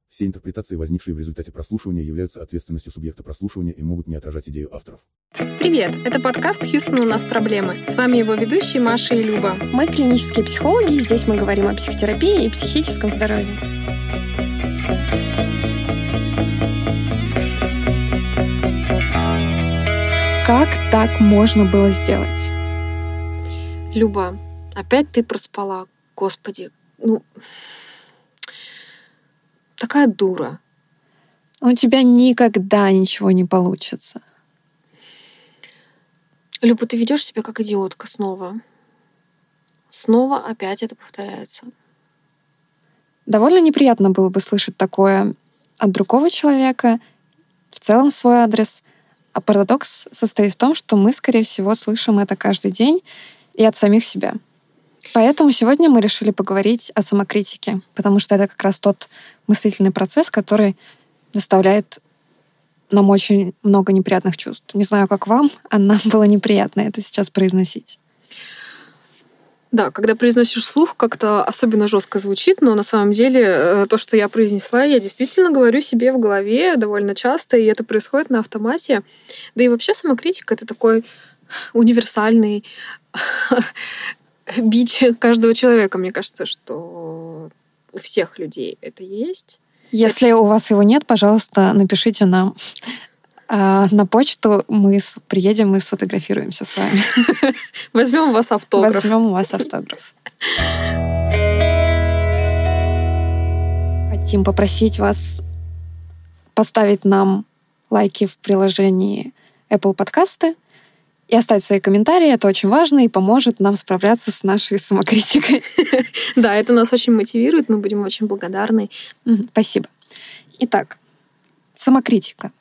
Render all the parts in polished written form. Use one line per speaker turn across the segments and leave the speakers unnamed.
Все интерпретации, возникшие в результате прослушивания, являются ответственностью субъекта прослушивания и могут не отражать идею авторов.
Привет! Это подкаст «Хьюстон, у нас проблемы». С вами его ведущие Маша и Люба.
Мы клинические психологи, и здесь мы говорим о психотерапии и психическом здоровье. Как так можно было сделать?
Люба, опять ты проспала. Господи, такая дура.
У тебя никогда ничего не получится.
Люба, ты ведешь себя как идиотка снова. Снова опять это повторяется.
Довольно неприятно было бы слышать такое от другого человека, в целом в свой адрес. А парадокс состоит в том, что мы, скорее всего, слышим это каждый день и от самих себя. Поэтому сегодня мы решили поговорить о самокритике, потому что это как раз тот мыслительный процесс, который доставляет нам очень много неприятных чувств. Не знаю, как вам, а нам было неприятно это сейчас произносить.
Да, когда произносишь вслух, как-то особенно жестко звучит, но на самом деле то, что я произнесла, я действительно говорю себе в голове довольно часто, и это происходит на автомате. Да и вообще самокритика — это такой универсальный бич каждого человека. Мне кажется, что у всех людей это есть.
Если у вас его нет, пожалуйста, напишите нам на почту. Мы приедем и сфотографируемся с вами.
Возьмем у вас автограф.
Возьмем у вас автограф. Хотим попросить вас поставить нам лайки в приложении Apple Подкасты и оставить свои комментарии. Это очень важно и поможет нам справляться с нашей самокритикой.
Да, это нас очень мотивирует, мы будем очень благодарны.
Спасибо. Итак, самокритика.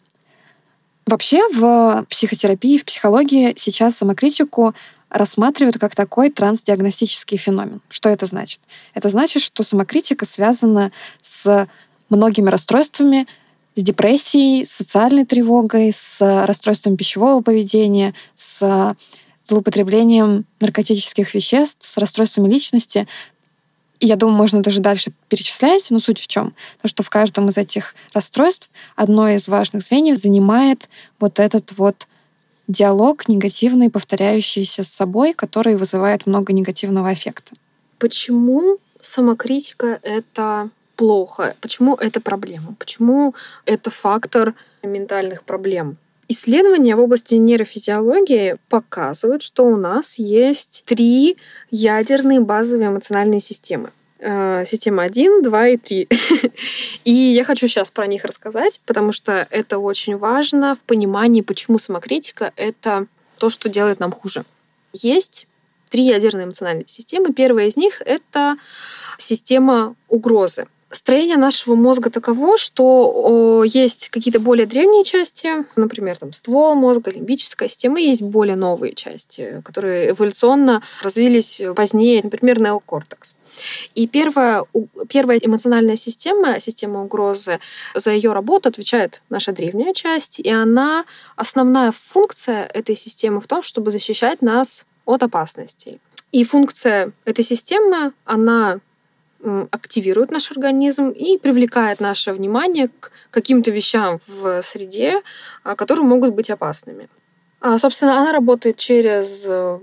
Вообще в психотерапии, в психологии сейчас самокритику рассматривают как такой трансдиагностический феномен. Что это значит? Это значит, что самокритика связана с многими расстройствами, с депрессией, с социальной тревогой, с расстройством пищевого поведения, с злоупотреблением наркотических веществ, с расстройствами личности. И я думаю, можно даже дальше перечислять, но суть в чем? То, что в каждом из этих расстройств одно из важных звеньев занимает вот этот вот диалог негативный, повторяющийся с собой, который вызывает много негативного эффекта.
Почему самокритика — это плохо? Почему это проблема? Почему это фактор ментальных проблем? Исследования в области нейрофизиологии показывают, что у нас есть 3 ядерные базовые эмоциональные системы. Система 1, 2 и 3. И я хочу сейчас про них рассказать, потому что это очень важно в понимании, почему самокритика — это то, что делает нам хуже. Есть 3 ядерные эмоциональные системы. Первая из них — это система угрозы. Строение нашего мозга таково, что есть какие-то более древние части, например, ствол мозга, лимбическая система, и есть более новые части, которые эволюционно развились позднее, например, неокортекс. И первая эмоциональная система, система угрозы, за ее работу отвечает наша древняя часть, и основная функция этой системы в том, чтобы защищать нас от опасностей. И функция этой системы, она активирует наш организм и привлекает наше внимание к каким-то вещам в среде, которые могут быть опасными. Собственно, она работает через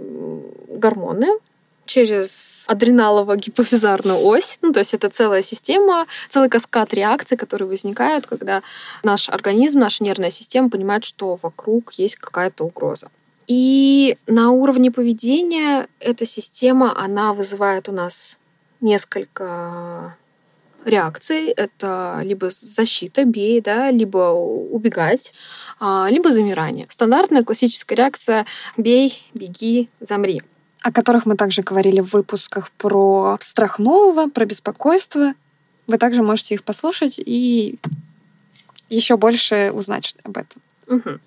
гормоны, через адреналово-гипофизарную ось. То есть это целая система, целый каскад реакций, которые возникают, когда наш организм, наша нервная система понимает, что вокруг есть какая-то угроза. И на уровне поведения эта система, она вызывает у нас несколько реакций. Это либо защита, бей, либо убегать, либо замирание. Стандартная классическая реакция — бей, беги, замри.
О которых мы также говорили в выпусках про страх нового, про беспокойство. Вы также можете их послушать и еще больше узнать об этом.
Угу.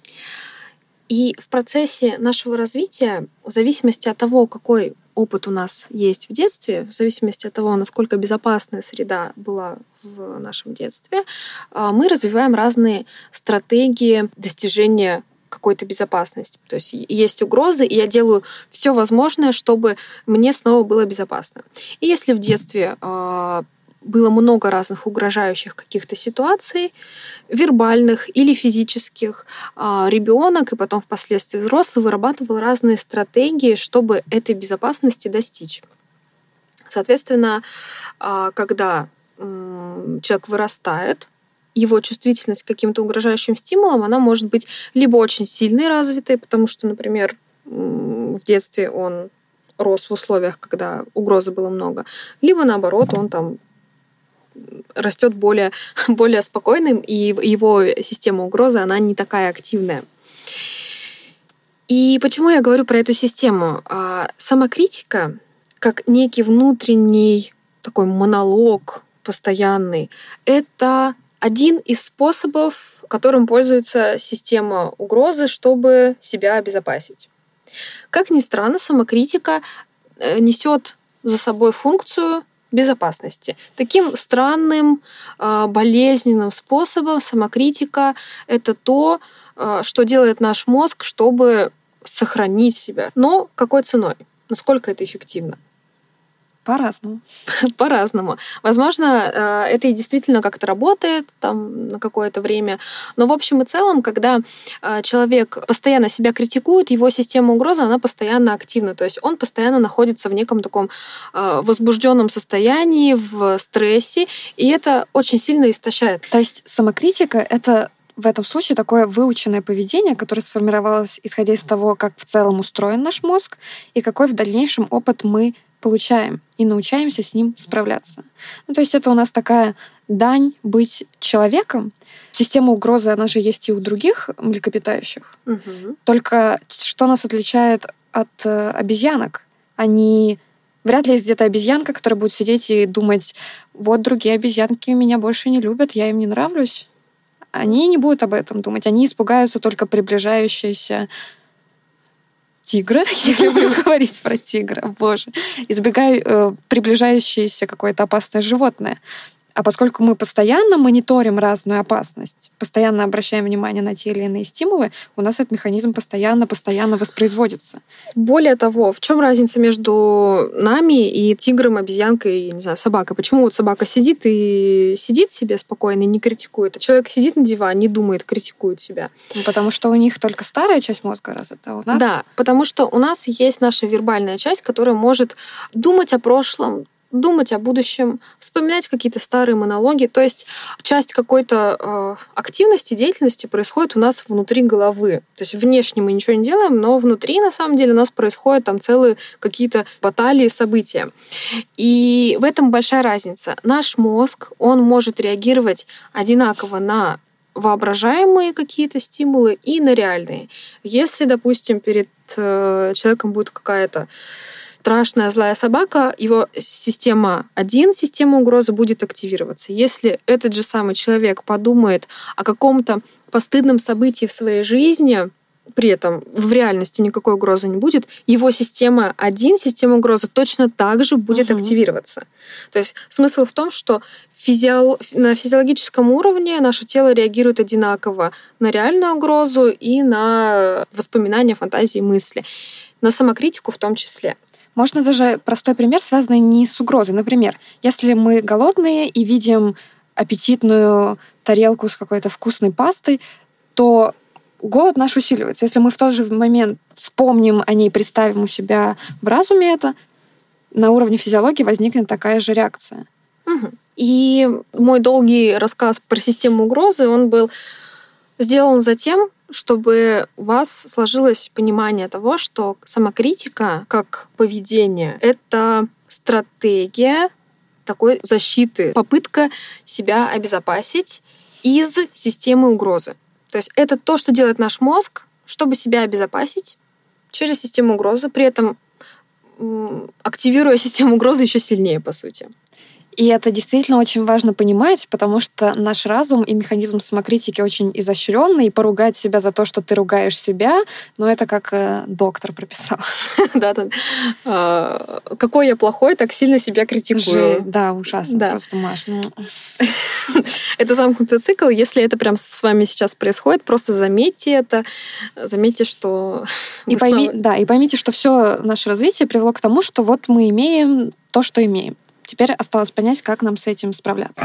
И в процессе нашего развития, в зависимости от того, какой опыт у нас есть в детстве, в зависимости от того, насколько безопасная среда была в нашем детстве, мы развиваем разные стратегии достижения какой-то безопасности. То есть есть угрозы, и я делаю все возможное, чтобы мне снова было безопасно. И если в детстве было много разных угрожающих каких-то ситуаций, вербальных или физических, ребенок и потом впоследствии взрослый вырабатывал разные стратегии, чтобы этой безопасности достичь. Соответственно, когда человек вырастает, его чувствительность к каким-то угрожающим стимулам, она может быть либо очень сильной развитой, потому что, например, в детстве он рос в условиях, когда угрозы было много, либо наоборот, он там растет более спокойным, и его система угрозы, она не такая активная. И почему я говорю про эту систему? Самокритика, как некий внутренний такой монолог постоянный, это один из способов, которым пользуется система угрозы, чтобы себя обезопасить. Как ни странно, самокритика несет за собой функцию безопасности. Таким странным, болезненным способом самокритика — это то, что делает наш мозг, чтобы сохранить себя. Но какой ценой? Насколько это эффективно?
По-разному.
По-разному. Возможно, это и действительно как-то работает там на какое-то время. Но в общем и целом, когда человек постоянно себя критикует, его система угрозы, она постоянно активна. То есть он постоянно находится в неком таком возбужденном состоянии, в стрессе, и это очень сильно истощает.
То есть самокритика — это в этом случае такое выученное поведение, которое сформировалось исходя из того, как в целом устроен наш мозг и какой в дальнейшем опыт мы получаем и научаемся с ним справляться. То есть это у нас такая дань быть человеком. Система угрозы, она же есть и у других млекопитающих.
Угу.
Только что нас отличает от обезьянок? Вряд ли есть где-то обезьянка, которая будет сидеть и думать, вот другие обезьянки меня больше не любят, я им не нравлюсь. Они не будут об этом думать. Они испугаются только приближающейся тигра. Я люблю говорить про тигра, боже. Приближающееся какое-то опасное животное. А поскольку мы постоянно мониторим разную опасность, постоянно обращаем внимание на те или иные стимулы, у нас этот механизм постоянно воспроизводится.
Более того, в чем разница между нами и тигром, обезьянкой, я не знаю, собакой? Почему вот собака сидит себе спокойно и не критикует, а человек сидит на диване, думает, критикует себя?
Потому что у них только старая часть мозга развита, а у нас...
Да, потому что у нас есть наша вербальная часть, которая может думать о прошлом, думать о будущем, вспоминать какие-то старые монологи. То есть часть какой-то активности, деятельности происходит у нас внутри головы. То есть внешне мы ничего не делаем, но внутри, на самом деле, у нас происходят там целые какие-то баталии, события. И в этом большая разница. Наш мозг, он может реагировать одинаково на воображаемые какие-то стимулы и на реальные. Если, допустим, перед человеком будет какая-то страшная злая собака, его система угрозы будет активироваться. Если этот же самый человек подумает о каком-то постыдном событии в своей жизни, при этом в реальности никакой угрозы не будет, его система угрозы точно так же будет активироваться. То есть смысл в том, что на физиологическом уровне наше тело реагирует одинаково на реальную угрозу и на воспоминания, фантазии, мысли. На самокритику в том числе.
Можно даже простой пример, связанный не с угрозой. Например, если мы голодные и видим аппетитную тарелку с какой-то вкусной пастой, то голод наш усиливается. Если мы в тот же момент вспомним о ней, представим у себя в разуме это, на уровне физиологии возникнет такая же реакция.
Угу. И мой долгий рассказ про систему угрозы, он был сделан затем, чтобы у вас сложилось понимание того, что самокритика как поведение — это стратегия такой защиты, попытка себя обезопасить из системы угрозы. То есть это то, что делает наш мозг, чтобы себя обезопасить через систему угрозы, при этом активируя систему угрозы еще сильнее, по сути.
И это действительно очень важно понимать, потому что наш разум и механизм самокритики очень изощренный, и поругать себя за то, что ты ругаешь себя, но это как доктор прописал.
Да. Какой я плохой, так сильно себя критикую.
Да, ужасно. Просто, Маш.
Это замкнутый цикл. Если это прям с вами сейчас происходит, просто заметьте это. Заметьте, что...
И поймите, что все наше развитие привело к тому, что вот мы имеем то, что имеем. Теперь осталось понять, как нам с этим справляться.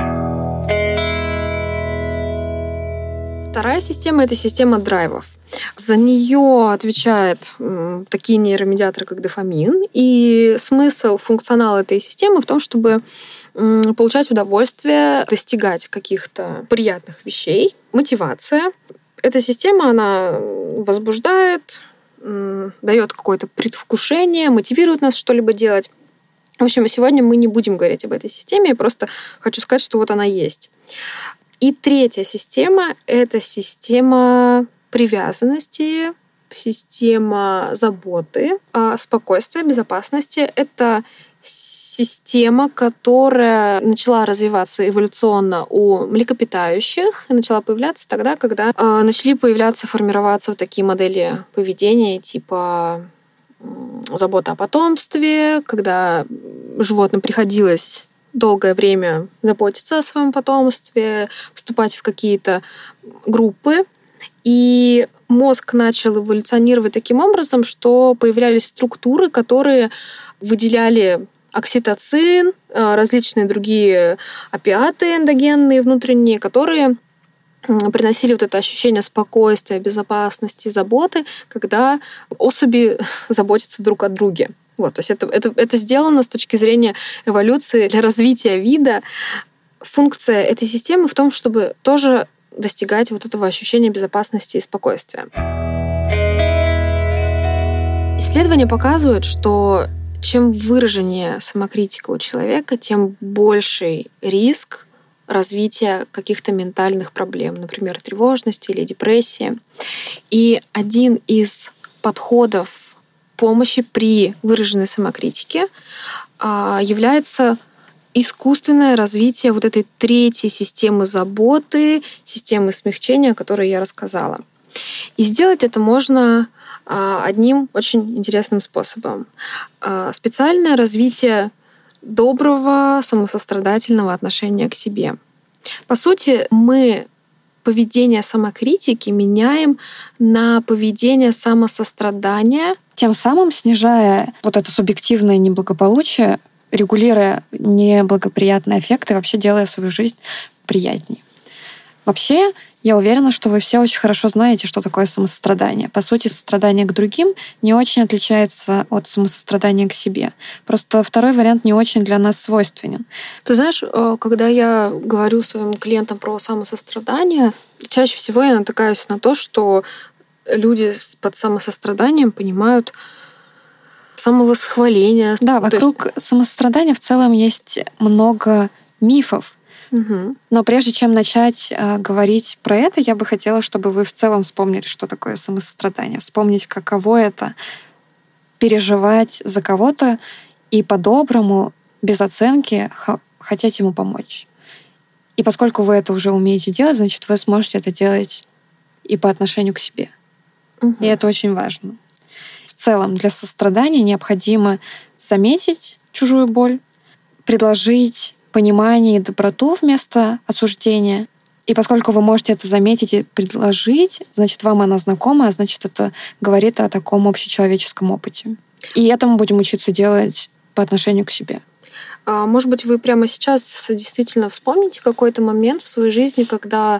Вторая система — это система драйвов. За нее отвечают такие нейромедиаторы, как дофамин. И смысл, функционал этой системы в том, чтобы получать удовольствие, достигать каких-то приятных вещей. Мотивация. Эта система, она возбуждает, дает какое-то предвкушение, мотивирует нас что-либо делать. В общем, сегодня мы не будем говорить об этой системе, я просто хочу сказать, что вот она есть. И третья система — это система привязанности, система заботы, спокойствия, безопасности. Это система, которая начала развиваться эволюционно у млекопитающих и начала появляться тогда, когда начали появляться, формироваться вот такие модели поведения типа забота о потомстве, когда животным приходилось долгое время заботиться о своем потомстве, вступать в какие-то группы. И мозг начал эволюционировать таким образом, что появлялись структуры, которые выделяли окситоцин, различные другие опиаты эндогенные, внутренние, которые приносили вот это ощущение спокойствия, безопасности, заботы, когда особи заботятся друг о друге. Вот, то есть это сделано с точки зрения эволюции для развития вида. Функция этой системы в том, чтобы тоже достигать вот этого ощущения безопасности и спокойствия. Исследования показывают, что чем выраженнее самокритика у человека, тем больший риск развития каких-то ментальных проблем, например, тревожности или депрессии. И один из подходов помощи при выраженной самокритике является искусственное развитие вот этой третьей системы заботы, системы смягчения, о которой я рассказала. И сделать это можно одним очень интересным способом. Специальное развитие доброго, самосострадательного отношения к себе. По сути, мы поведение самокритики меняем на поведение самосострадания.
Тем самым снижая вот это субъективное неблагополучие, регулируя неблагоприятные эффекты, вообще делая свою жизнь приятней. Вообще, я уверена, что вы все очень хорошо знаете, что такое самосострадание. По сути, сострадание к другим не очень отличается от самосострадания к себе. Просто второй вариант не очень для нас свойственен.
Ты знаешь, когда я говорю своим клиентам про самосострадание, чаще всего я натыкаюсь на то, что люди под самосостраданием понимают самовосхваление.
Да, вокруг самосострадания в целом есть много мифов.
Угу.
Но прежде чем начать говорить про это, я бы хотела, чтобы вы в целом вспомнили, что такое самосострадание. Вспомнить, каково это переживать за кого-то и по-доброму, без оценки, хотеть ему помочь. И поскольку вы это уже умеете делать, значит, вы сможете это делать и по отношению к себе.
Угу.
И это очень важно. В целом для сострадания необходимо заметить чужую боль, предложить понимание и доброту вместо осуждения. И поскольку вы можете это заметить и предложить, значит, вам она знакома, а значит, это говорит о таком общечеловеческом опыте. И это мы будем учиться делать по отношению к себе.
Может быть, вы прямо сейчас действительно вспомните какой-то момент в своей жизни, когда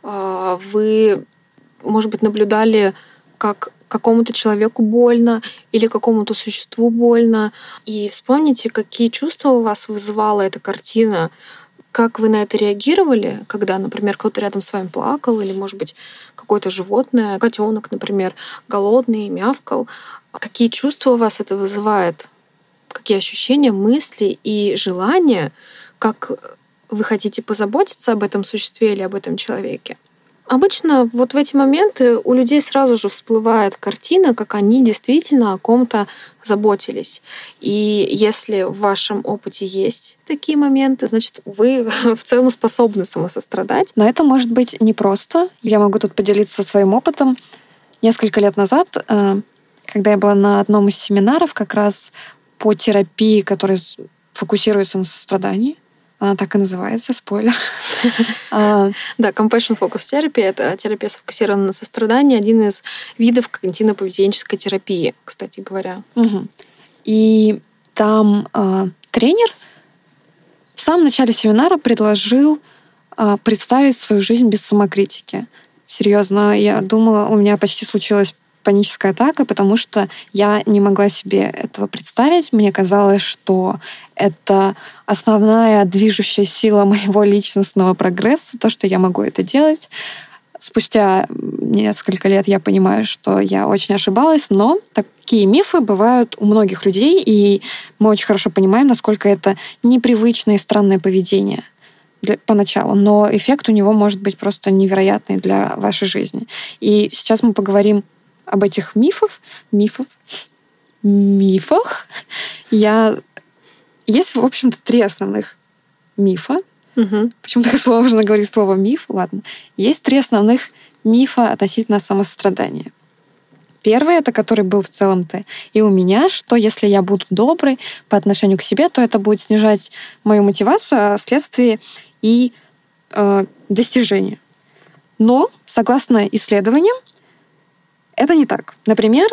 вы, может быть, наблюдали, как какому-то человеку больно или какому-то существу больно. И вспомните, какие чувства у вас вызывала эта картина, как вы на это реагировали, когда, например, кто-то рядом с вами плакал, или, может быть, какое-то животное, котенок, например, голодный, мявкал. Какие чувства у вас это вызывает? Какие ощущения, мысли и желания, как вы хотите позаботиться об этом существе или об этом человеке? Обычно вот в эти моменты у людей сразу же всплывает картина, как они действительно о ком-то заботились. И если в вашем опыте есть такие моменты, значит, вы в целом способны самосострадать.
Но это может быть непросто. Я могу тут поделиться своим опытом. Несколько лет назад, когда я была на одном из семинаров как раз по терапии, которая фокусируется на сострадании, она так и называется, спойлер.
Да, Compassion Focus Therapy — это терапия, сфокусированная на сострадании, один из видов когнитивно-поведенческой терапии, кстати говоря.
И там тренер в самом начале семинара предложил представить свою жизнь без самокритики. Серьезно, я думала, у меня почти случилась паническая атака, потому что я не могла себе этого представить. Мне казалось, что это основная движущая сила моего личностного прогресса, то, что я могу это делать. Спустя несколько лет я понимаю, что я очень ошибалась, но такие мифы бывают у многих людей, и мы очень хорошо понимаем, насколько это непривычное и странное поведение поначалу, но эффект у него может быть просто невероятный для вашей жизни. И сейчас мы поговорим об этих мифах. Есть, в общем-то, 3 основных мифа. Почему так сложно говорить слово «миф»? Ладно. Есть 3 основных мифа относительно самосострадания. Первый, это который был в целом-то и у меня, что если я буду доброй по отношению к себе, то это будет снижать мою мотивацию, а вследствие и достижения. Но, согласно исследованиям, это не так. Например,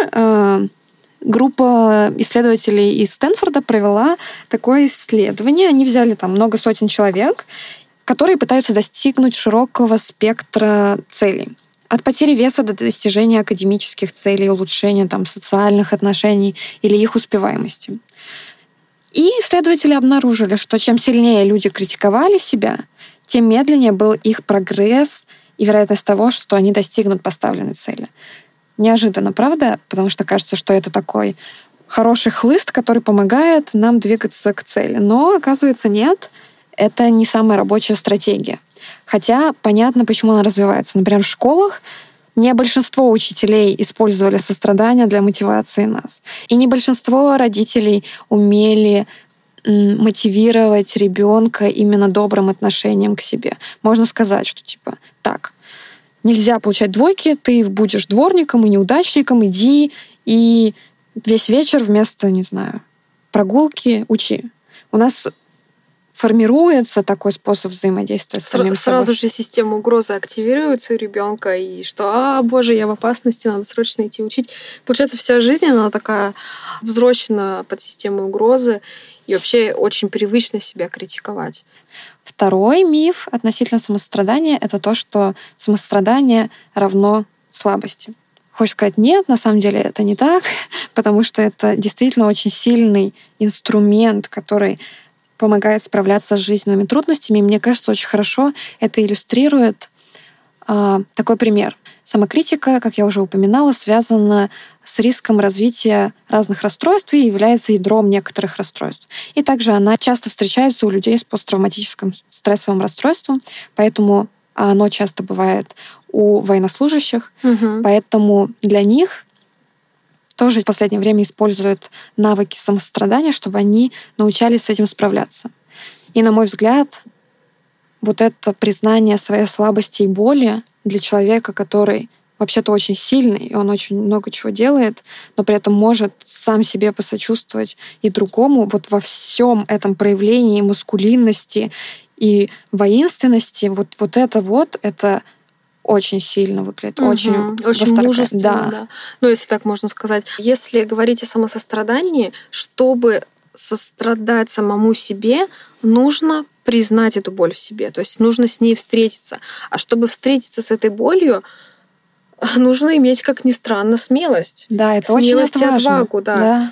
группа исследователей из Стэнфорда провела такое исследование. Они взяли там много сотен человек, которые пытаются достигнуть широкого спектра целей. От потери веса до достижения академических целей, улучшения там, социальных отношений или их успеваемости. И исследователи обнаружили, что чем сильнее люди критиковали себя, тем медленнее был их прогресс и вероятность того, что они достигнут поставленной цели. Неожиданно, правда? Потому что кажется, что это такой хороший хлыст, который помогает нам двигаться к цели. Но, оказывается, нет. Это не самая рабочая стратегия. Хотя понятно, почему она развивается. Например, в школах не большинство учителей использовали сострадание для мотивации нас. И не большинство родителей умели мотивировать ребенка именно добрым отношением к себе. Можно сказать, что типа так, нельзя получать двойки, ты будешь дворником и неудачником, иди и весь вечер вместо, не знаю, прогулки учи. У нас формируется такой способ взаимодействия с самим собой.
Сразу же система угрозы активируется у ребенка, и что, боже, я в опасности, надо срочно идти учить. Получается, вся жизнь, она такая взросшена под системой угрозы, и вообще очень привычно себя критиковать.
Второй миф относительно самосострадания — это то, что самосострадание равно слабости. Хочешь сказать, нет, на самом деле это не так, потому что это действительно очень сильный инструмент, который помогает справляться с жизненными трудностями. И мне кажется, очень хорошо это иллюстрирует такой пример. Самокритика, как я уже упоминала, связана с риском развития разных расстройств и является ядром некоторых расстройств. И также она часто встречается у людей с посттравматическим стрессовым расстройством, поэтому оно часто бывает у военнослужащих, поэтому для них тоже в последнее время используют навыки самосострадания, чтобы они научались с этим справляться. И, на мой взгляд, вот это признание своей слабости и боли для человека, который вообще-то очень сильный, и он очень много чего делает, но при этом может сам себе посочувствовать и другому, вот во всем этом проявлении маскулинности и воинственности, вот это очень сильно выглядит, очень
мужественно, да. Ну, если так можно сказать. Если говорить о самосострадании, чтобы сострадать самому себе, нужно признать эту боль в себе, то есть нужно с ней встретиться. А чтобы встретиться с этой болью, нужно иметь, как ни странно, смелость.
Да, это
смелость
очень
и отвагу,
да.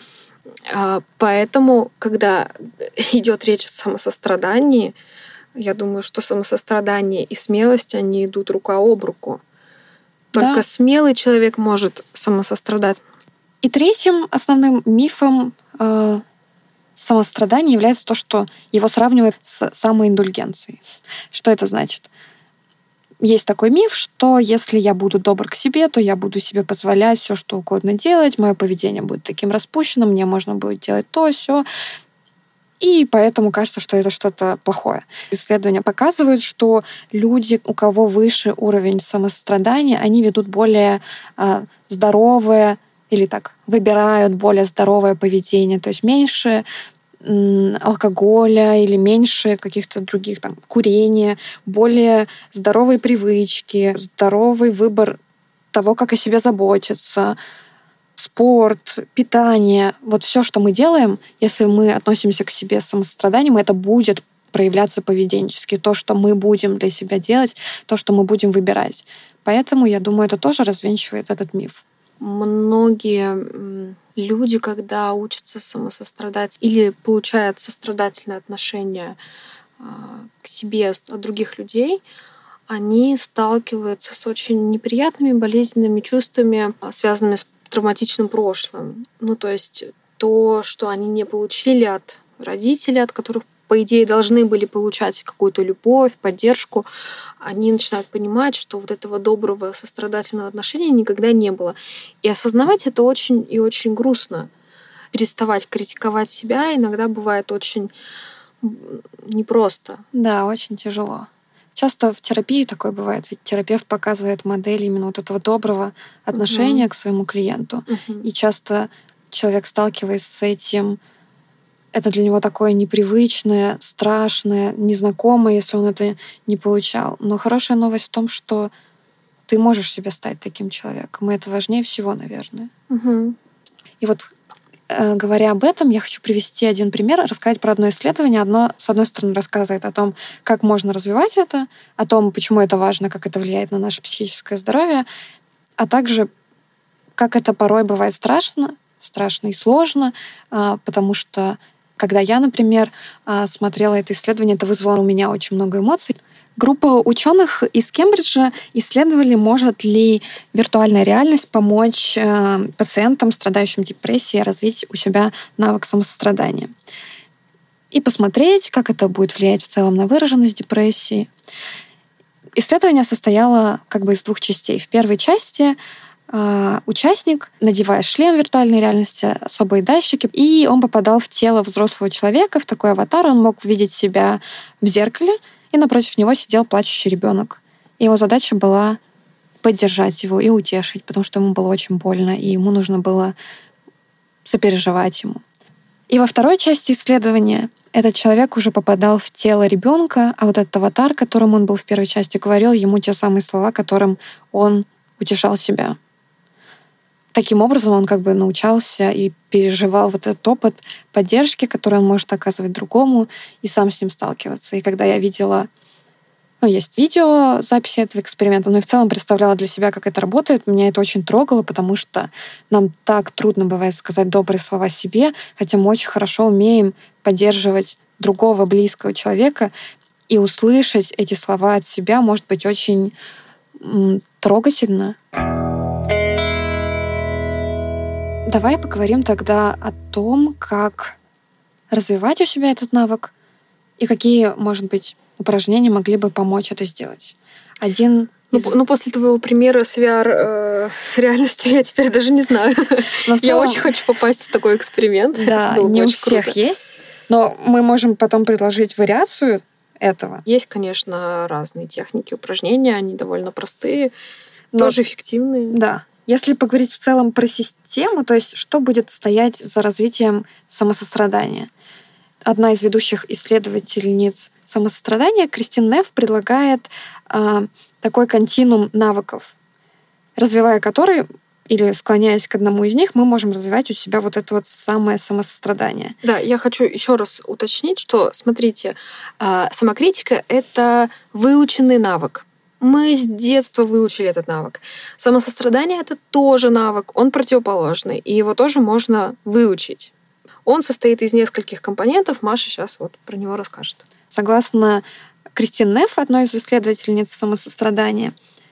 Поэтому, когда идет речь о самосострадании, я думаю, что самосострадание и смелость, они идут рука об руку. Только смелый человек может самосострадать.
И третьим основным мифом самосострадания является то, что его сравнивают с самоиндульгенцией. Что это значит? Есть такой миф, что если я буду добр к себе, то я буду себе позволять все, что угодно делать, мое поведение будет таким распущенным, мне можно будет делать то, сё. И поэтому кажется, что это что-то плохое. Исследования показывают, что люди, у кого выше уровень самосострадания, они ведут более здоровое или так, выбирают более здоровое поведение, то есть меньше алкоголя или меньше каких-то других там курения, более здоровые привычки, здоровый выбор того, как о себе заботиться, спорт, питание, вот все, что мы делаем, если мы относимся к себе с самосостраданием, это будет проявляться поведенчески. То, что мы будем для себя делать, то, что мы будем выбирать. Поэтому, я думаю, это тоже развенчивает этот миф.
Многие люди, когда учатся самосострадать или получают сострадательное отношение к себе от других людей, они сталкиваются с очень неприятными, болезненными чувствами, связанными с травматичным прошлым. То есть то, что они не получили от родителей, от которых, по идее, должны были получать какую-то любовь, поддержку, они начинают понимать, что вот этого доброго, сострадательного отношения никогда не было. И осознавать это очень и очень грустно. Переставать критиковать себя иногда бывает очень непросто.
Да, очень тяжело. Часто в терапии такое бывает, ведь терапевт показывает модель именно вот этого доброго отношения к своему клиенту. И часто человек, сталкиваясь с этим, это для него такое непривычное, страшное, незнакомое, если он это не получал. Но хорошая новость в том, что ты можешь себе стать таким человеком, и это важнее всего, наверное. И вот, говоря об этом, я хочу привести один пример, рассказать про одно исследование. Одно, с одной стороны, рассказывает о том, как можно развивать это, о том, почему это важно, как это влияет на наше психическое здоровье, а также, как это порой бывает страшно и сложно, потому что когда я, например, смотрела это исследование, это вызвало у меня очень много эмоций. Группа ученых из Кембриджа исследовали, может ли виртуальная реальность помочь пациентам, страдающим депрессией, развить у себя навык самосострадания. И посмотреть, как это будет влиять в целом на выраженность депрессии. Исследование состояло из двух частей. В первой части участник, надевая шлем виртуальной реальности, особые датчики, и он попадал в тело взрослого человека, в такой аватар, он мог видеть себя в зеркале, и напротив него сидел плачущий ребенок. Его задача была поддержать его и утешить, потому что ему было очень больно, и ему нужно было сопереживать ему. И во второй части исследования этот человек уже попадал в тело ребенка, а вот этот аватар, которым он был в первой части, говорил ему те самые слова, которым он утешал себя. Таким образом, он научался и переживал вот этот опыт поддержки, который он может оказывать другому, и сам с ним сталкиваться. И когда я видела, есть видео записи этого эксперимента, но и в целом представляла для себя, как это работает, меня это очень трогало, потому что нам так трудно бывает сказать добрые слова себе, хотя мы очень хорошо умеем поддерживать другого близкого человека, и услышать эти слова от себя может быть очень трогательно. Давай поговорим тогда о том, как развивать у себя этот навык и какие, может быть, упражнения могли бы помочь это сделать.
После твоего примера с VR-реальностью я теперь даже не знаю. Я очень хочу попасть в такой эксперимент.
Да, не у всех есть. Но мы можем потом предложить вариацию этого.
Есть, конечно, разные техники, упражнения, они довольно простые, тоже эффективные.
Да. Если поговорить в целом про систему, то есть что будет стоять за развитием самосострадания? Одна из ведущих исследовательниц самосострадания, Кристин Нефф, предлагает такой континуум навыков, развивая который или склоняясь к одному из них, мы можем развивать у себя вот это вот самое самосострадание.
Да, я хочу еще раз уточнить, что, смотрите, самокритика — это выученный навык. Мы с детства выучили этот навык. Самосострадание — это тоже навык, он противоположный, и его тоже можно выучить. Он состоит из нескольких компонентов, Маша сейчас про него расскажет.
Согласно Кристин Нефф, одной из исследовательниц самосострадания,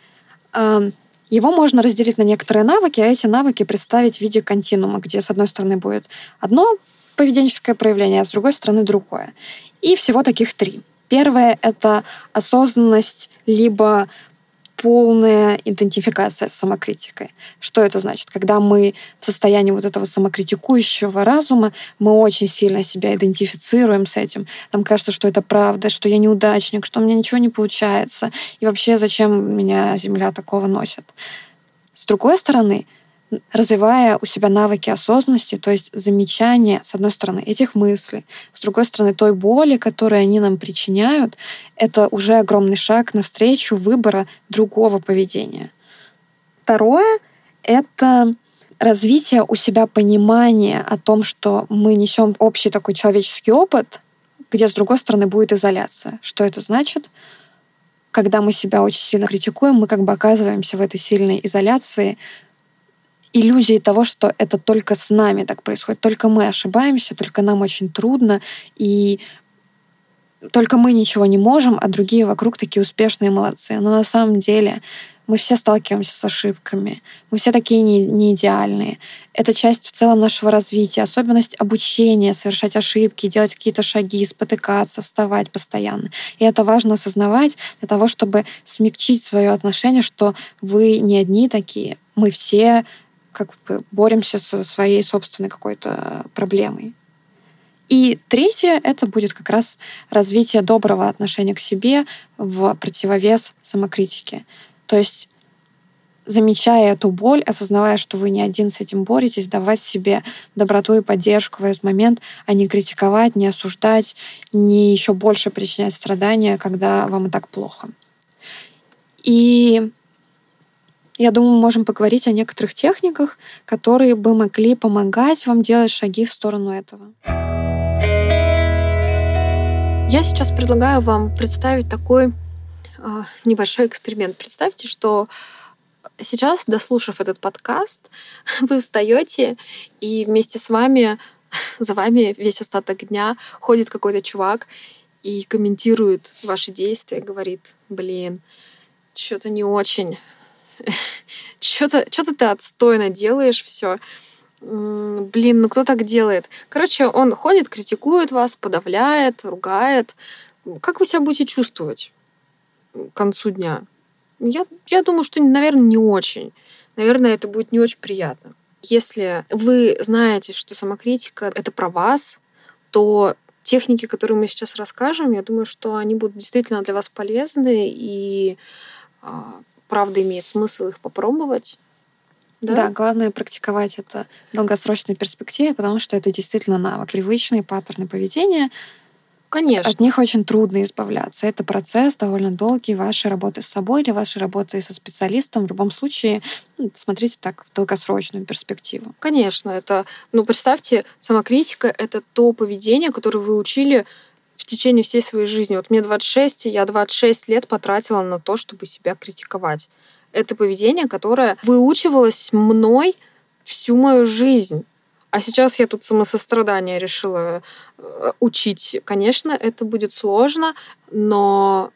его можно разделить на некоторые навыки, а эти навыки представить в виде континуума, где с одной стороны будет одно поведенческое проявление, а с другой стороны другое. И всего таких 3. Первое — это осознанность, либо полная идентификация с самокритикой. Что это значит? Когда мы в состоянии вот этого самокритикующего разума, мы очень сильно себя идентифицируем с этим. Нам кажется, что это правда, что я неудачник, что у меня ничего не получается, и вообще зачем меня земля такого носит. С другой стороны, развивая у себя навыки осознанности, то есть замечания, с одной стороны, этих мыслей, с другой стороны, той боли, которую они нам причиняют, это уже огромный шаг навстречу выбора другого поведения. Второе — это развитие у себя понимания о том, что мы несем общий такой человеческий опыт, где, с другой стороны, будет изоляция. Что это значит? Когда мы себя очень сильно критикуем, мы как бы оказываемся в этой сильной изоляции, иллюзии того, что это только с нами так происходит, только мы ошибаемся, только нам очень трудно, и только мы ничего не можем, а другие вокруг такие успешные молодцы. Но на самом деле мы все сталкиваемся с ошибками, мы все такие не идеальные. Это часть в целом нашего развития, особенность обучения, совершать ошибки, делать какие-то шаги, спотыкаться, вставать постоянно. И это важно осознавать для того, чтобы смягчить свое отношение, что вы не одни такие, мы все как бы боремся со своей собственной какой-то проблемой. И третье — это будет как раз развитие доброго отношения к себе в противовес самокритике. То есть, замечая эту боль, осознавая, что вы не один с этим боретесь, давать себе доброту и поддержку в этот момент, а не критиковать, не осуждать, не еще больше причинять страдания, когда вам и так плохо. И я думаю, мы можем поговорить о некоторых техниках, которые бы могли помогать вам делать шаги в сторону этого.
Я сейчас предлагаю вам представить такой небольшой эксперимент. Представьте, что сейчас, дослушав этот подкаст, вы встаете, и вместе с вами, за вами весь остаток дня ходит какой-то чувак и комментирует ваши действия, говорит: блин, что-то не очень. Что-то ты отстойно делаешь все. Блин, ну кто так делает? Короче, он ходит, критикует вас, подавляет, ругает. Как вы себя будете чувствовать к концу дня? Я думаю, что, наверное, не очень. Наверное, это будет не очень приятно. Если вы знаете, что самокритика — это про вас, то техники, которые мы сейчас расскажем, я думаю, что они будут действительно для вас полезны, и правда имеет смысл их попробовать.
Да, главное практиковать это в долгосрочной перспективе, потому что это действительно навык. Привычные паттерны поведения,
Конечно.
От них очень трудно избавляться. Это процесс довольно долгий вашей работы с собой или вашей работы со специалистом. В любом случае, смотрите так в долгосрочную перспективу.
Конечно, это, представьте, самокритика — это то поведение, которое вы учили в течение всей своей жизни. Вот мне 26, и я 26 лет потратила на то, чтобы себя критиковать. Это поведение, которое выучивалось мной всю мою жизнь. А сейчас я тут самосострадание решила учить. Конечно, это будет сложно, но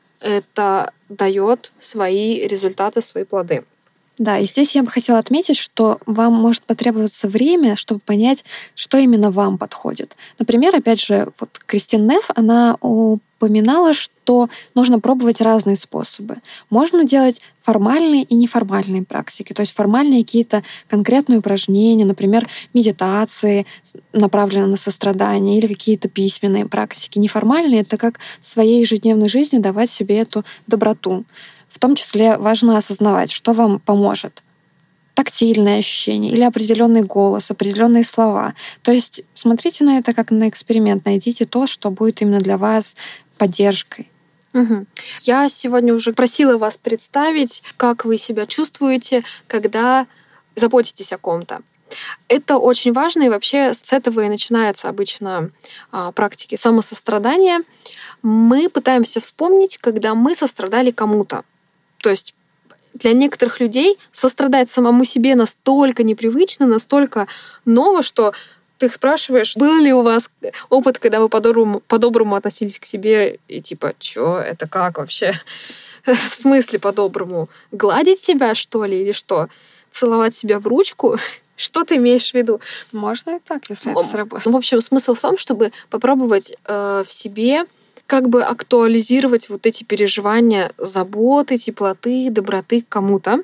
это дает свои результаты, свои плоды.
Да, и здесь я бы хотела отметить, что вам может потребоваться время, чтобы понять, что именно вам подходит. Например, опять же, вот Кристин Нефф, она упоминала, что нужно пробовать разные способы. Можно делать формальные и неформальные практики, то есть формальные какие-то конкретные упражнения, например, медитации, направленные на сострадание, или какие-то письменные практики. Неформальные — это как в своей ежедневной жизни давать себе эту доброту. В том числе важно осознавать, что вам поможет. Тактильное ощущение или определенный голос, определенные слова. То есть смотрите на это как на эксперимент. Найдите то, что будет именно для вас поддержкой.
Угу. Я сегодня уже просила вас представить, как вы себя чувствуете, когда заботитесь о ком-то. Это очень важно, и вообще с этого и начинается обычно практики самосострадания. Мы пытаемся вспомнить, когда мы сострадали кому-то. То есть для некоторых людей сострадать самому себе настолько непривычно, настолько ново, что ты их спрашиваешь, был ли у вас опыт, когда вы по-доброму относились к себе, и типа, чё, это как вообще? В смысле по-доброму? Гладить себя, что ли, или что? Целовать себя в ручку? Что ты имеешь в виду?
Можно и так, если это сработает.
В общем, смысл в том, чтобы попробовать в себе как бы актуализировать вот эти переживания заботы, теплоты, доброты к кому-то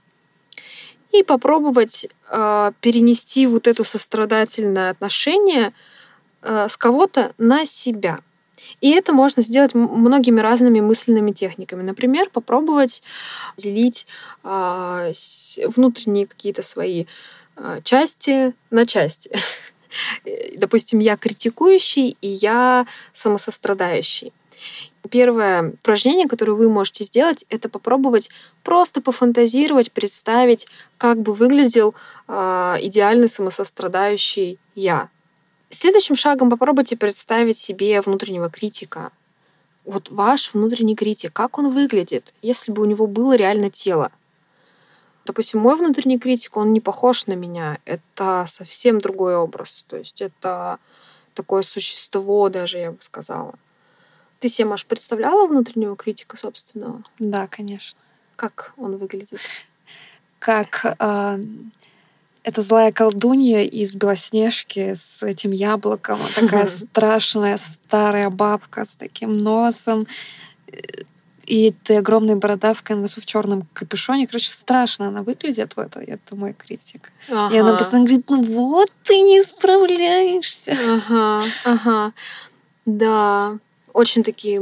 и попробовать перенести вот это сострадательное отношение с кого-то на себя. И это можно сделать многими разными мысленными техниками. Например, попробовать делить внутренние какие-то свои части на части. Допустим, я критикующий, и я самосострадающий. Первое упражнение, которое вы можете сделать, это попробовать просто пофантазировать, представить, как бы выглядел идеальный самосострадающий я. Следующим шагом попробуйте представить себе внутреннего критика. Вот ваш внутренний критик, как он выглядит, если бы у него было реально тело? Допустим, мой внутренний критик, он не похож на меня. Это совсем другой образ. То есть это такое существо даже, я бы сказала. Ты себе, Маш, представляла внутреннего критика собственного?
Да, конечно.
Как он выглядит?
Как эта злая колдунья из «Белоснежки» с этим яблоком. Такая страшная старая бабка с таким носом. И этой огромной бородавкой на носу в черном капюшоне. Короче, страшно она выглядит. Вот это мой критик.
Ага.
И она постоянно говорит, ну вот ты не справляешься.
Ага. Да. Очень такие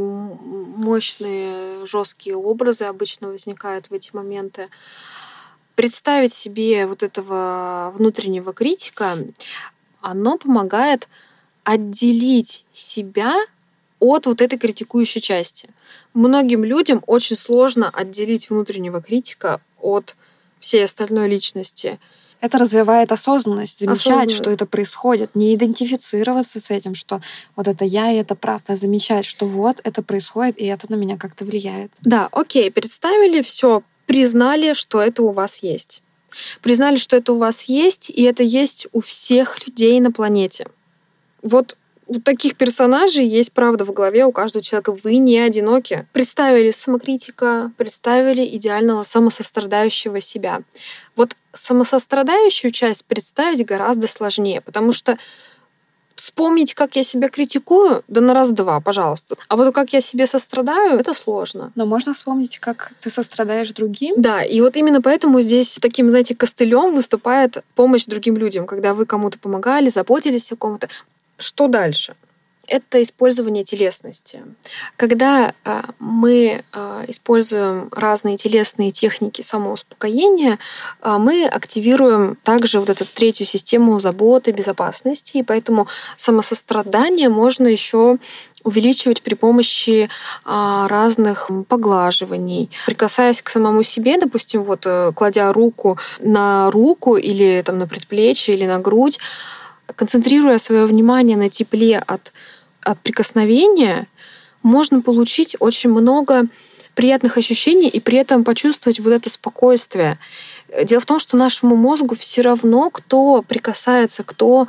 мощные, жесткие образы обычно возникают в эти моменты. Представить себе вот этого внутреннего критика, оно помогает отделить себя от вот этой критикующей части. Многим людям очень сложно отделить внутреннего критика от всей остальной личности.
Это развивает осознанность, замечать, что это происходит, не идентифицироваться с этим, что вот это я и это правда, а замечать, что вот это происходит, и это на меня как-то влияет.
Да, окей, представили, все, признали, что это у вас есть. Признали, что это у вас есть, и это есть у всех людей на планете. Вот таких персонажей есть, правда, в голове у каждого человека. Вы не одиноки. Представили самокритика, представили идеального самосострадающего себя. Вот самосострадающую часть представить гораздо сложнее, потому что вспомнить, как я себя критикую, да на раз-два, пожалуйста. А вот как я себе сострадаю, это сложно.
Но можно вспомнить, как ты сострадаешь другим.
Да, и вот именно поэтому здесь таким, знаете, костылем выступает помощь другим людям, когда вы кому-то помогали, заботились о ком-то. Что дальше? Это использование телесности. Когда мы используем разные телесные техники самоуспокоения, мы активируем также вот эту третью систему заботы, безопасности, и поэтому самосострадание можно еще увеличивать при помощи разных поглаживаний. Прикасаясь к самому себе, допустим, вот кладя руку на руку или там, на предплечье или на грудь, концентрируя свое внимание на тепле от прикосновения, можно получить очень много приятных ощущений и при этом почувствовать вот это спокойствие. Дело в том, что нашему мозгу все равно, кто прикасается, кто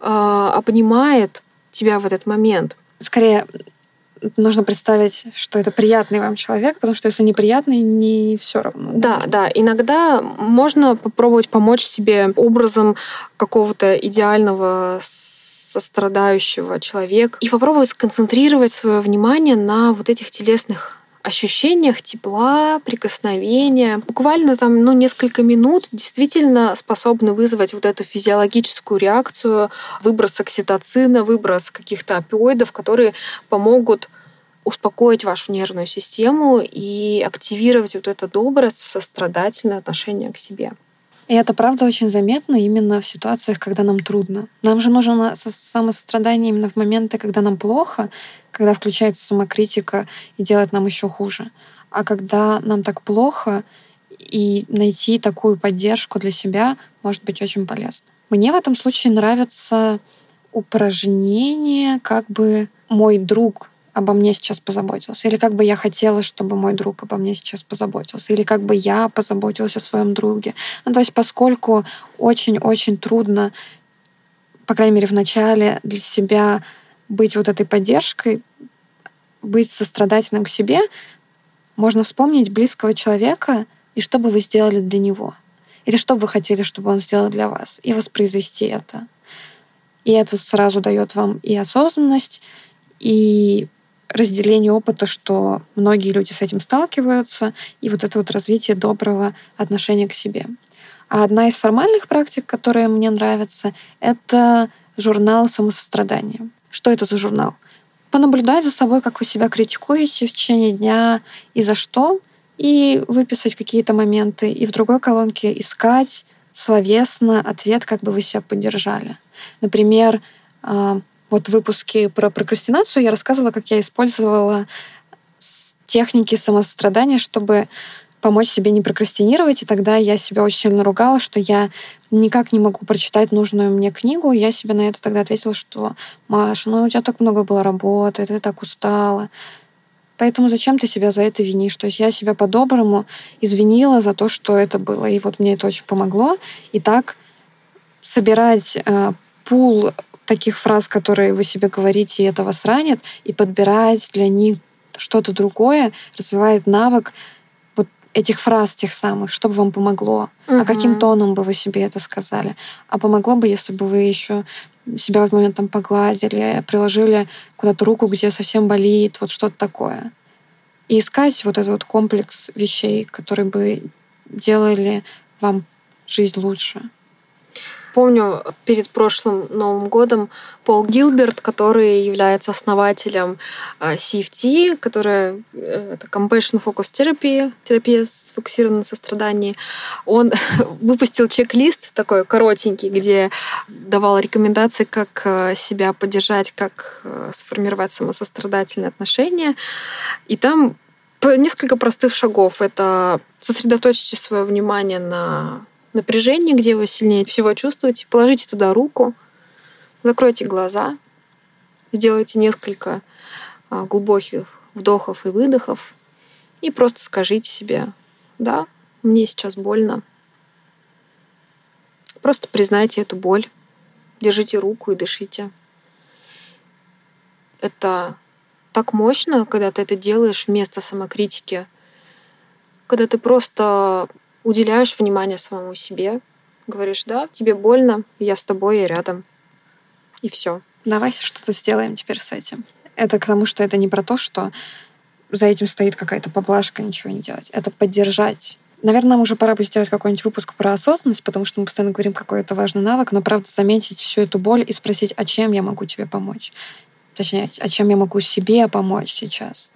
обнимает тебя в этот момент.
Скорее, нужно представить, что это приятный вам человек, потому что если неприятный, не все равно.
Да. Иногда можно попробовать помочь себе образом какого-то идеального сострадающего человека и попробовать сконцентрировать свое внимание на вот этих телесных ощущениях тепла, прикосновения. Буквально там, несколько минут действительно способны вызвать вот эту физиологическую реакцию, выброс окситоцина, выброс каких-то опиоидов, которые помогут успокоить вашу нервную систему и активировать вот это доброе, сострадательное отношение к себе.
И это, правда, очень заметно именно в ситуациях, когда нам трудно. Нам же нужно самосострадание именно в моменты, когда нам плохо, когда включается самокритика и делает нам еще хуже. А когда нам так плохо, и найти такую поддержку для себя может быть очень полезно. Мне в этом случае нравится упражнение, как бы мой друг обо мне сейчас позаботился. Или как бы я хотела, чтобы мой друг обо мне сейчас позаботился. Или как бы я позаботилась о своем друге. То есть поскольку очень-очень трудно, по крайней мере, в начале для себя быть вот этой поддержкой, быть сострадательным к себе, можно вспомнить близкого человека и что бы вы сделали для него. Или что бы вы хотели, чтобы он сделал для вас. И воспроизвести это. И это сразу дает вам и осознанность, и разделение опыта, что многие люди с этим сталкиваются, и вот это вот развитие доброго отношения к себе. А одна из формальных практик, которая мне нравится, это журнал самосострадания. Что это за журнал? Понаблюдать за собой, как вы себя критикуете в течение дня и за что, и выписать какие-то моменты, и в другой колонке искать словесно ответ, как бы вы себя поддержали. Например, вот в выпуске про прокрастинацию я рассказывала, как я использовала техники самосострадания, чтобы помочь себе не прокрастинировать. И тогда я себя очень сильно ругала, что я никак не могу прочитать нужную мне книгу. Я себе на это тогда ответила, что Маша, у тебя так много было работы, ты так устала. Поэтому зачем ты себя за это винишь? То есть я себя по-доброму извинила за то, что это было. И вот мне это очень помогло. И так собирать пул таких фраз, которые вы себе говорите, и это вас ранит, и подбирать для них что-то другое, развивает навык вот этих фраз тех самых, чтобы вам помогло. А каким тоном бы вы себе это сказали? А помогло бы, если бы вы еще себя в этот момент там погладили, приложили куда-то руку, где совсем болит, вот что-то такое. И искать вот этот вот комплекс вещей, которые бы делали вам жизнь лучше.
Помню, перед прошлым Новым годом Пол Гилберт, который является основателем CFT, которая это Compassion Focus Therapy, терапия сфокусированная на сострадании, он выпустил чек-лист такой коротенький, где давал рекомендации, как себя поддержать, как сформировать самосострадательные отношения. И там несколько простых шагов. Это сосредоточьте свое внимание на напряжение, где вы сильнее всего чувствуете, положите туда руку, закройте глаза, сделайте несколько глубоких вдохов и выдохов и просто скажите себе: да, мне сейчас больно. Просто признайте эту боль, держите руку и дышите. Это так мощно, когда ты это делаешь вместо самокритики, когда ты просто уделяешь внимание самому себе, говоришь: да, тебе больно, я с тобой, я рядом. И все.
Давай что-то сделаем теперь с этим. Это к тому, что это не про то, что за этим стоит какая-то поблажка, ничего не делать. Это поддержать. Наверное, нам уже пора бы сделать какой-нибудь выпуск про осознанность, потому что мы постоянно говорим, какой это важный навык, но, правда, заметить всю эту боль и спросить, а чем я могу тебе помочь? Точнее, а чем я могу себе помочь сейчас?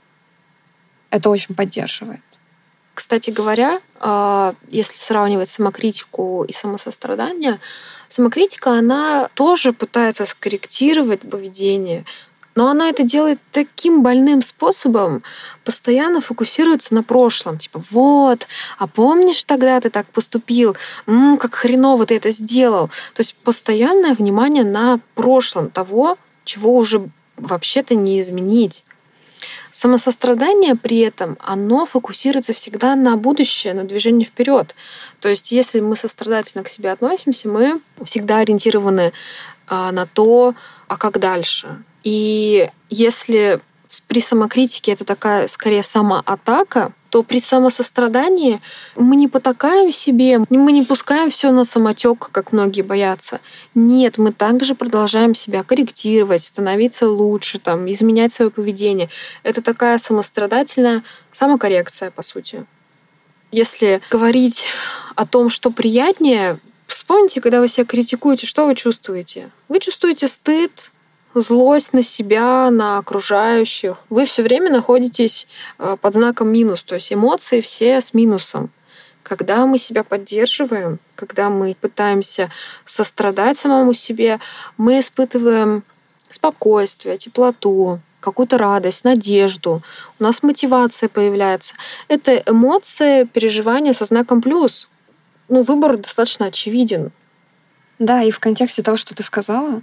Это очень поддерживает.
Кстати говоря, если сравнивать самокритику и самосострадание, самокритика, она тоже пытается скорректировать поведение, но она это делает таким больным способом, постоянно фокусируется на прошлом. Типа, вот, а помнишь, тогда ты так поступил? Как хреново ты это сделал. То есть постоянное внимание на прошлом того, чего уже вообще-то не изменить. Самосострадание при этом, оно фокусируется всегда на будущее, на движение вперед. То есть если мы сострадательно к себе относимся, мы всегда ориентированы на то, а как дальше. И если при самокритике это такая скорее самоатака, то при самосострадании мы не потакаем себе, мы не пускаем все на самотек, как многие боятся. Нет, мы также продолжаем себя корректировать, становиться лучше, изменять свое поведение. Это такая самострадательная самокоррекция, по сути. Если говорить о том, что приятнее, вспомните, когда вы себя критикуете, что вы чувствуете? Вы чувствуете стыд, злость на себя, на окружающих. Вы все время находитесь под знаком минус, то есть эмоции все с минусом. Когда мы себя поддерживаем, когда мы пытаемся сострадать самому себе, мы испытываем спокойствие, теплоту, какую-то радость, надежду. У нас мотивация появляется. Это эмоции, переживания со знаком плюс. Выбор достаточно очевиден.
Да, и в контексте того, что ты сказала,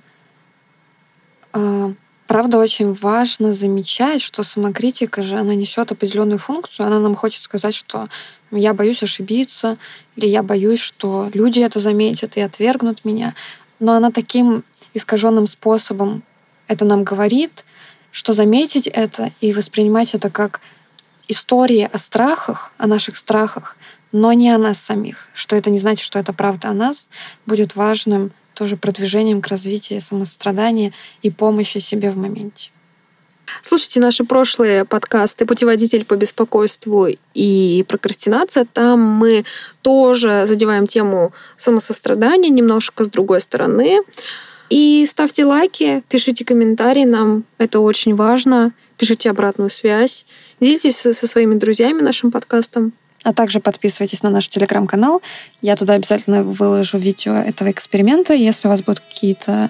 правда, очень важно замечать, что самокритика же, она несет определенную функцию. Она нам хочет сказать, что я боюсь ошибиться, или я боюсь, что люди это заметят и отвергнут меня. Но она таким искаженным способом это нам говорит, что заметить это и воспринимать это как истории о страхах, о наших страхах, но не о нас самих. Что это не значит, что это правда о нас, будет важным тоже продвижением к развитию самосострадания и помощи себе в моменте.
Слушайте наши прошлые подкасты «Путеводитель по беспокойству» и «Прокрастинация». Там мы тоже задеваем тему самосострадания немножко с другой стороны. И ставьте лайки, пишите комментарии, нам это очень важно. Пишите обратную связь. Делитесь со своими друзьями нашим подкастом.
А также подписывайтесь на наш телеграм-канал. Я туда обязательно выложу видео этого эксперимента. Если у вас будут какие-то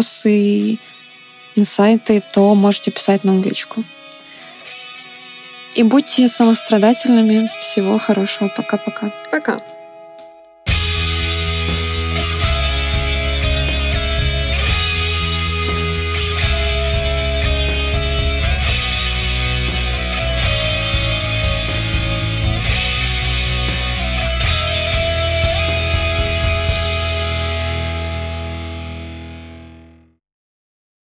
вопросы, инсайты, то можете писать нам в личку. И будьте самострадательными. Всего хорошего. Пока-пока.
Пока.